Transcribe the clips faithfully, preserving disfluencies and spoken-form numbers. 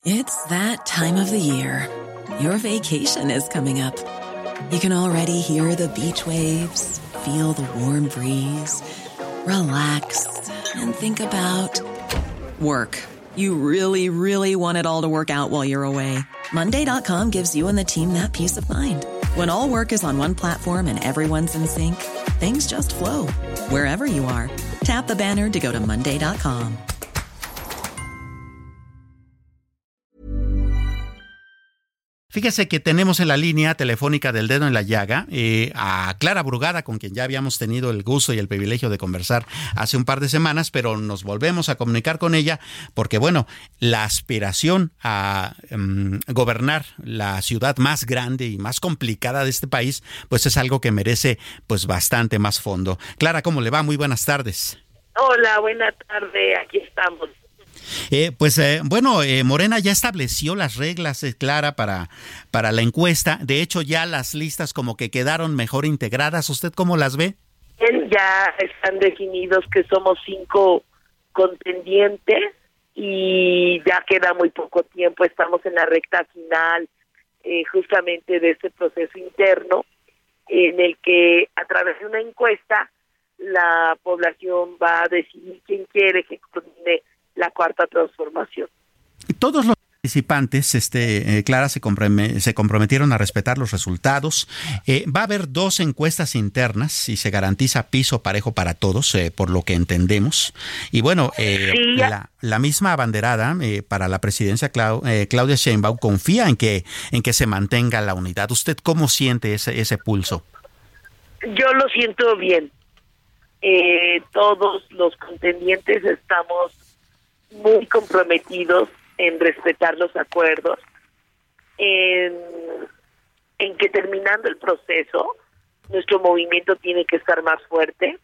It's that time of the year. Your vacation is coming up. You can already hear the beach waves, feel the warm breeze, relax, and think about work. You really, really want it all to work out while you're away. Monday dot com gives you and the team that peace of mind. When all work is on one platform and everyone's in sync, things just flow. Wherever you are, tap the banner to go to Monday dot com. Fíjese que tenemos en la línea telefónica del Dedo en la Llaga eh, a Clara Brugada, con quien ya habíamos tenido el gusto y el privilegio de conversar hace un par de semanas, pero nos volvemos a comunicar con ella porque, bueno, la aspiración a um, gobernar la ciudad más grande y más complicada de este país, pues es algo que merece pues bastante más fondo. Clara, ¿cómo le va? Muy buenas tardes. Hola, buena tarde, aquí estamos. Eh, pues eh, bueno, eh, Morena ya estableció las reglas, eh, Clara, para, para la encuesta. De hecho, ya las listas como que quedaron mejor integradas. ¿Usted cómo las ve? Ya están definidos que somos cinco contendientes y ya queda muy poco tiempo. Estamos en la recta final eh, justamente de este proceso interno en el que a través de una encuesta la población va a decidir quién quiere que coordine la cuarta transformación. Todos los participantes, este, eh, Clara, se, comprom- se comprometieron a respetar los resultados. Eh, va a haber dos encuestas internas y se garantiza piso parejo para todos, eh, por lo que entendemos. Y bueno, eh, sí, la, la misma abanderada eh, para la presidencia, Clau- eh, Claudia Sheinbaum, confía en que, en que se mantenga la unidad. ¿Usted cómo siente ese, ese pulso? Yo lo siento bien. Eh, todos los contendientes estamos muy comprometidos en respetar los acuerdos, en, en que terminando el proceso, nuestro movimiento tiene que estar más fuerte,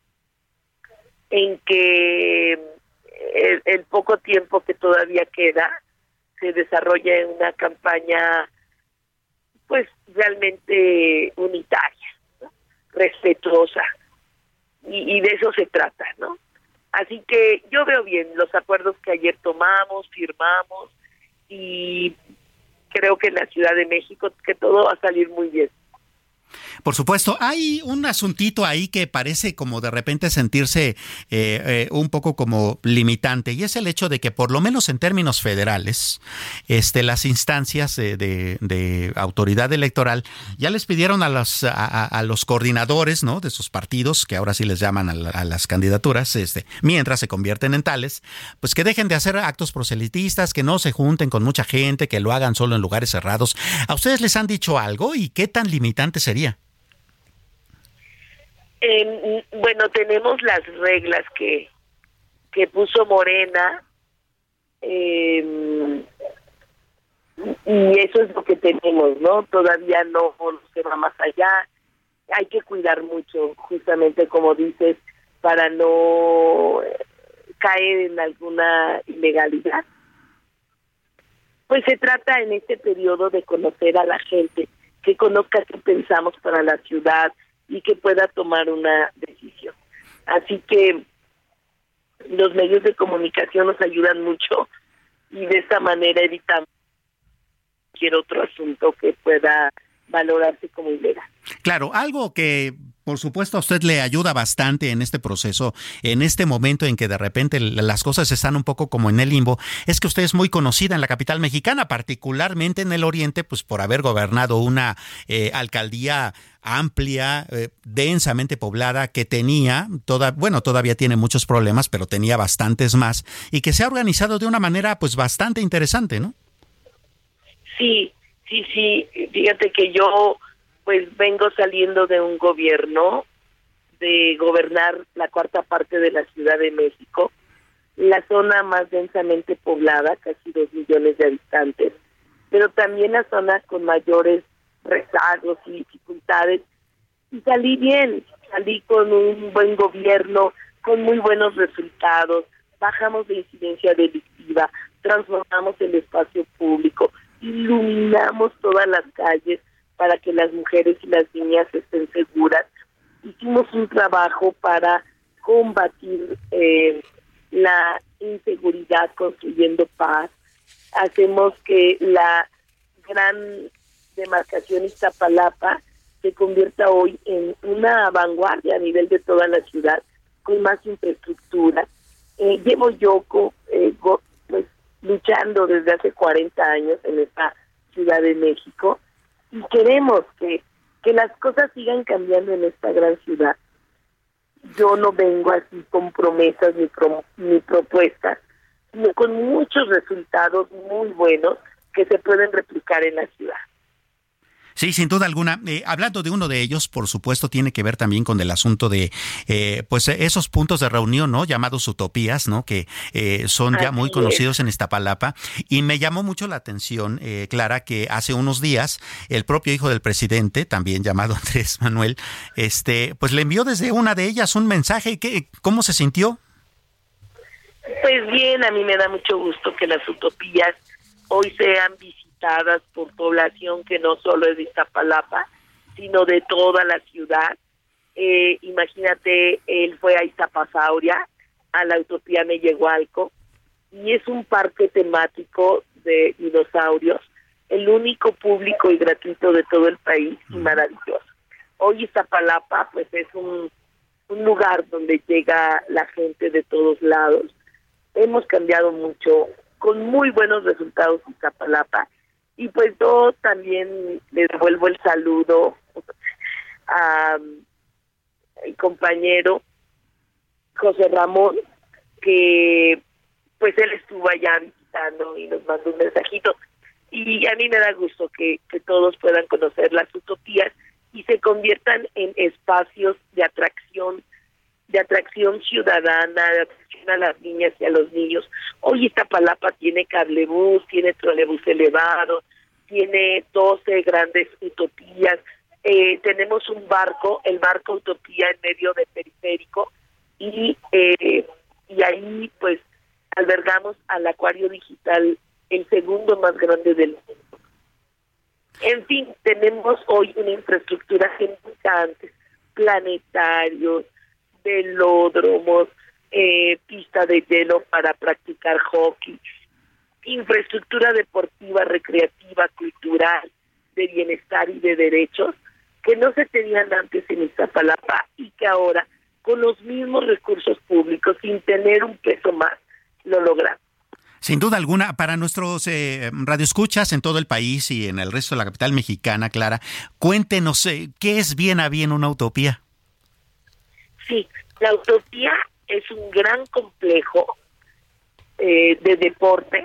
en que el, el poco tiempo que todavía queda se desarrolla en una campaña pues realmente unitaria, ¿no? Respetuosa, y, y de eso se trata, ¿no? Así que yo veo bien los acuerdos que ayer tomamos, firmamos, y creo que en la Ciudad de México que todo va a salir muy bien. Por supuesto, hay un asuntito ahí que parece como de repente sentirse eh, eh, un poco como limitante, y es el hecho de que por lo menos en términos federales, este, las instancias de, de, de autoridad electoral ya les pidieron a los, a, a los coordinadores, ¿no?, de sus partidos, que ahora sí les llaman a, la, a las candidaturas, este, mientras se convierten en tales, pues que dejen de hacer actos proselitistas, que no se junten con mucha gente, que lo hagan solo en lugares cerrados. ¿A ustedes les han dicho algo y qué tan limitante sería? Eh, bueno, tenemos las reglas que que puso Morena, eh, y eso es lo que tenemos, ¿no? Todavía no, no se va más allá. Hay que cuidar mucho, justamente como dices, para no caer en alguna ilegalidad. Pues se trata en este periodo de conocer a la gente, que conozca qué pensamos para la ciudad y que pueda tomar una decisión. Así que los medios de comunicación nos ayudan mucho y de esta manera evitamos cualquier otro asunto que pueda valorarse como ilegal. Claro, algo que por supuesto a usted le ayuda bastante en este proceso, en este momento en que de repente las cosas están un poco como en el limbo, es que usted es muy conocida en la capital mexicana, particularmente en el oriente, pues por haber gobernado una eh, alcaldía amplia, eh, densamente poblada, que tenía, toda, bueno, todavía tiene muchos problemas, pero tenía bastantes más, y que se ha organizado de una manera pues bastante interesante, ¿no? Sí, sí, sí, fíjate que yo pues vengo saliendo de un gobierno, de gobernar la cuarta parte de la Ciudad de México, la zona más densamente poblada, casi dos millones de habitantes, pero también la zona con mayores rezagos y dificultades, y salí bien, salí con un buen gobierno, con muy buenos resultados, bajamos de incidencia delictiva, transformamos el espacio público, iluminamos todas las calles para que las mujeres y las niñas estén seguras. Hicimos un trabajo para combatir eh, la inseguridad, construyendo paz. hacemos que la gran demarcación Iztapalapa se convierta hoy en una vanguardia a nivel de toda la ciudad, con más infraestructura. Eh, llevo yo eh, go, pues, luchando desde hace cuarenta años en esta Ciudad de México, y queremos que, que las cosas sigan cambiando en esta gran ciudad. Yo no vengo así con promesas ni, pro, ni propuestas, sino con muchos resultados muy buenos que se pueden replicar en la ciudad. Sí, sin duda alguna. Eh, hablando de uno de ellos, por supuesto, tiene que ver también con el asunto de eh, pues esos puntos de reunión, ¿no? Llamados utopías, ¿no? Que eh, son ya muy conocidos en Iztapalapa. Y me llamó mucho la atención, eh, Clara, que hace unos días el propio hijo del presidente, también llamado Andrés Manuel, este, pues le envió desde una de ellas un mensaje. ¿Qué, ¿Cómo se sintió? Pues bien, a mí me da mucho gusto que las utopías hoy sean visitadas por población que no solo es de Iztapalapa, sino de toda la ciudad. Eh, imagínate, él fue a Iztapasauria, a la utopía Mellehualco, y es un parque temático de dinosaurios, el único público y gratuito de todo el país, y maravilloso. Hoy Iztapalapa pues es un, un lugar donde llega la gente de todos lados. Hemos cambiado mucho, con muy buenos resultados en Iztapalapa. Y pues yo también le devuelvo el saludo a mi compañero José Ramón, que pues él estuvo allá visitando y nos mandó un mensajito. Y a mí me da gusto que, que todos puedan conocer las utopías y se conviertan en espacios de atracción, de atracción ciudadana, de atracción a las niñas y a los niños. Hoy Iztapalapa tiene cablebús, tiene trolebús elevado, tiene doce grandes utopías, eh, tenemos un barco, el barco Utopía en medio del periférico, y eh, y ahí pues albergamos al acuario digital, el segundo más grande del mundo. En fin, tenemos hoy una infraestructura que nunca antes, planetarios, velódromos, eh, pista de hielo para practicar hockey, infraestructura deportiva, recreativa, cultural, de bienestar y de derechos que no se tenían antes en Iztapalapa y que ahora, con los mismos recursos públicos, sin tener un peso más, lo logramos. Sin duda alguna, para nuestros eh, radioescuchas en todo el país y en el resto de la capital mexicana, Clara, cuéntenos, eh, ¿qué es bien a bien una utopía? Sí, la utopía es un gran complejo eh, de deporte,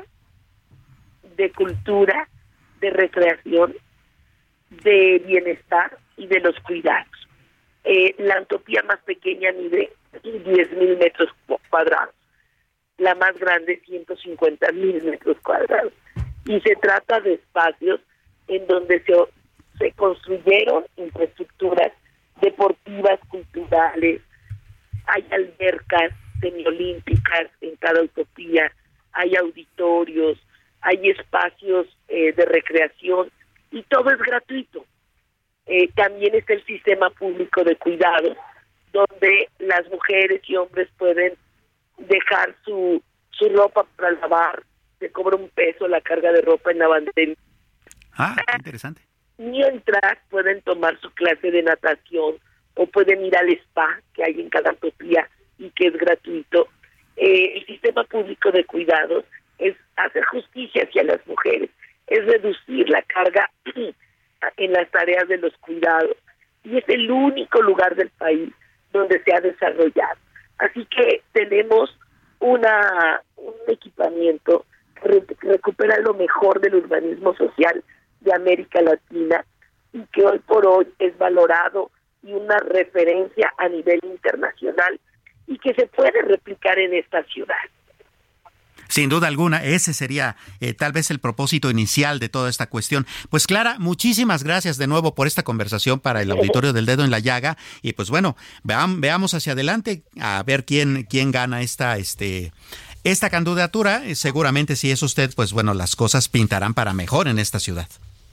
de cultura, de recreación, de bienestar y de los cuidados. Eh, la utopía más pequeña mide diez mil metros cuadrados, la más grande ciento cincuenta mil metros cuadrados. Y se trata de espacios en donde se, se construyeron infraestructuras deportivas, culturales, hay albercas semiolímpicas en cada utopía, hay auditorios, hay espacios eh, de recreación y todo es gratuito. Eh, también está el sistema público de cuidados, donde las mujeres y hombres pueden dejar su, su ropa para lavar, se cobra un peso la carga de ropa en lavandería. Ah, qué interesante. Mientras pueden tomar su clase de natación o pueden ir al spa que hay en cada utopía y que es gratuito. Eh, el sistema público de cuidados es hacer justicia hacia las mujeres, es reducir la carga en las tareas de los cuidados, y es el único lugar del país donde se ha desarrollado. Así que tenemos una un equipamiento que re- recupera lo mejor del urbanismo social de América Latina y que hoy por hoy es valorado y una referencia a nivel internacional y que se puede replicar en esta ciudad. Sin duda alguna, ese sería eh, tal vez el propósito inicial de toda esta cuestión. Pues Clara, muchísimas gracias de nuevo por esta conversación para el auditorio del Dedo en la Llaga. Y pues bueno, veam, veamos hacia adelante a ver quién, quién gana esta, este, esta candidatura. Eh, seguramente si es usted, pues bueno, las cosas pintarán para mejor en esta ciudad.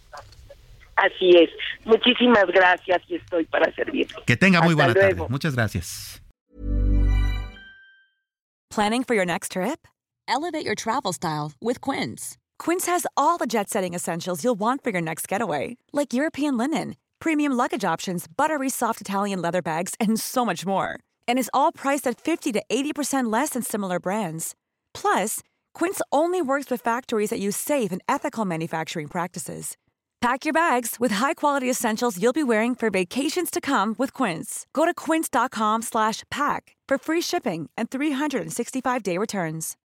Así es. Muchísimas gracias y estoy para servirle. Que tenga muy Hasta buena luego. tarde. Muchas gracias. Planning for your next trip? Elevate your travel style with Quince. Quince has all the jet-setting essentials you'll want for your next getaway, like European linen, premium luggage options, buttery soft Italian leather bags, and so much more. And is all priced at fifty to eighty percent less than similar brands. Plus, Quince only works with factories that use safe and ethical manufacturing practices. Pack your bags with high-quality essentials you'll be wearing for vacations to come with Quince. Go to quince.com slash pack for free shipping and three sixty-five day returns.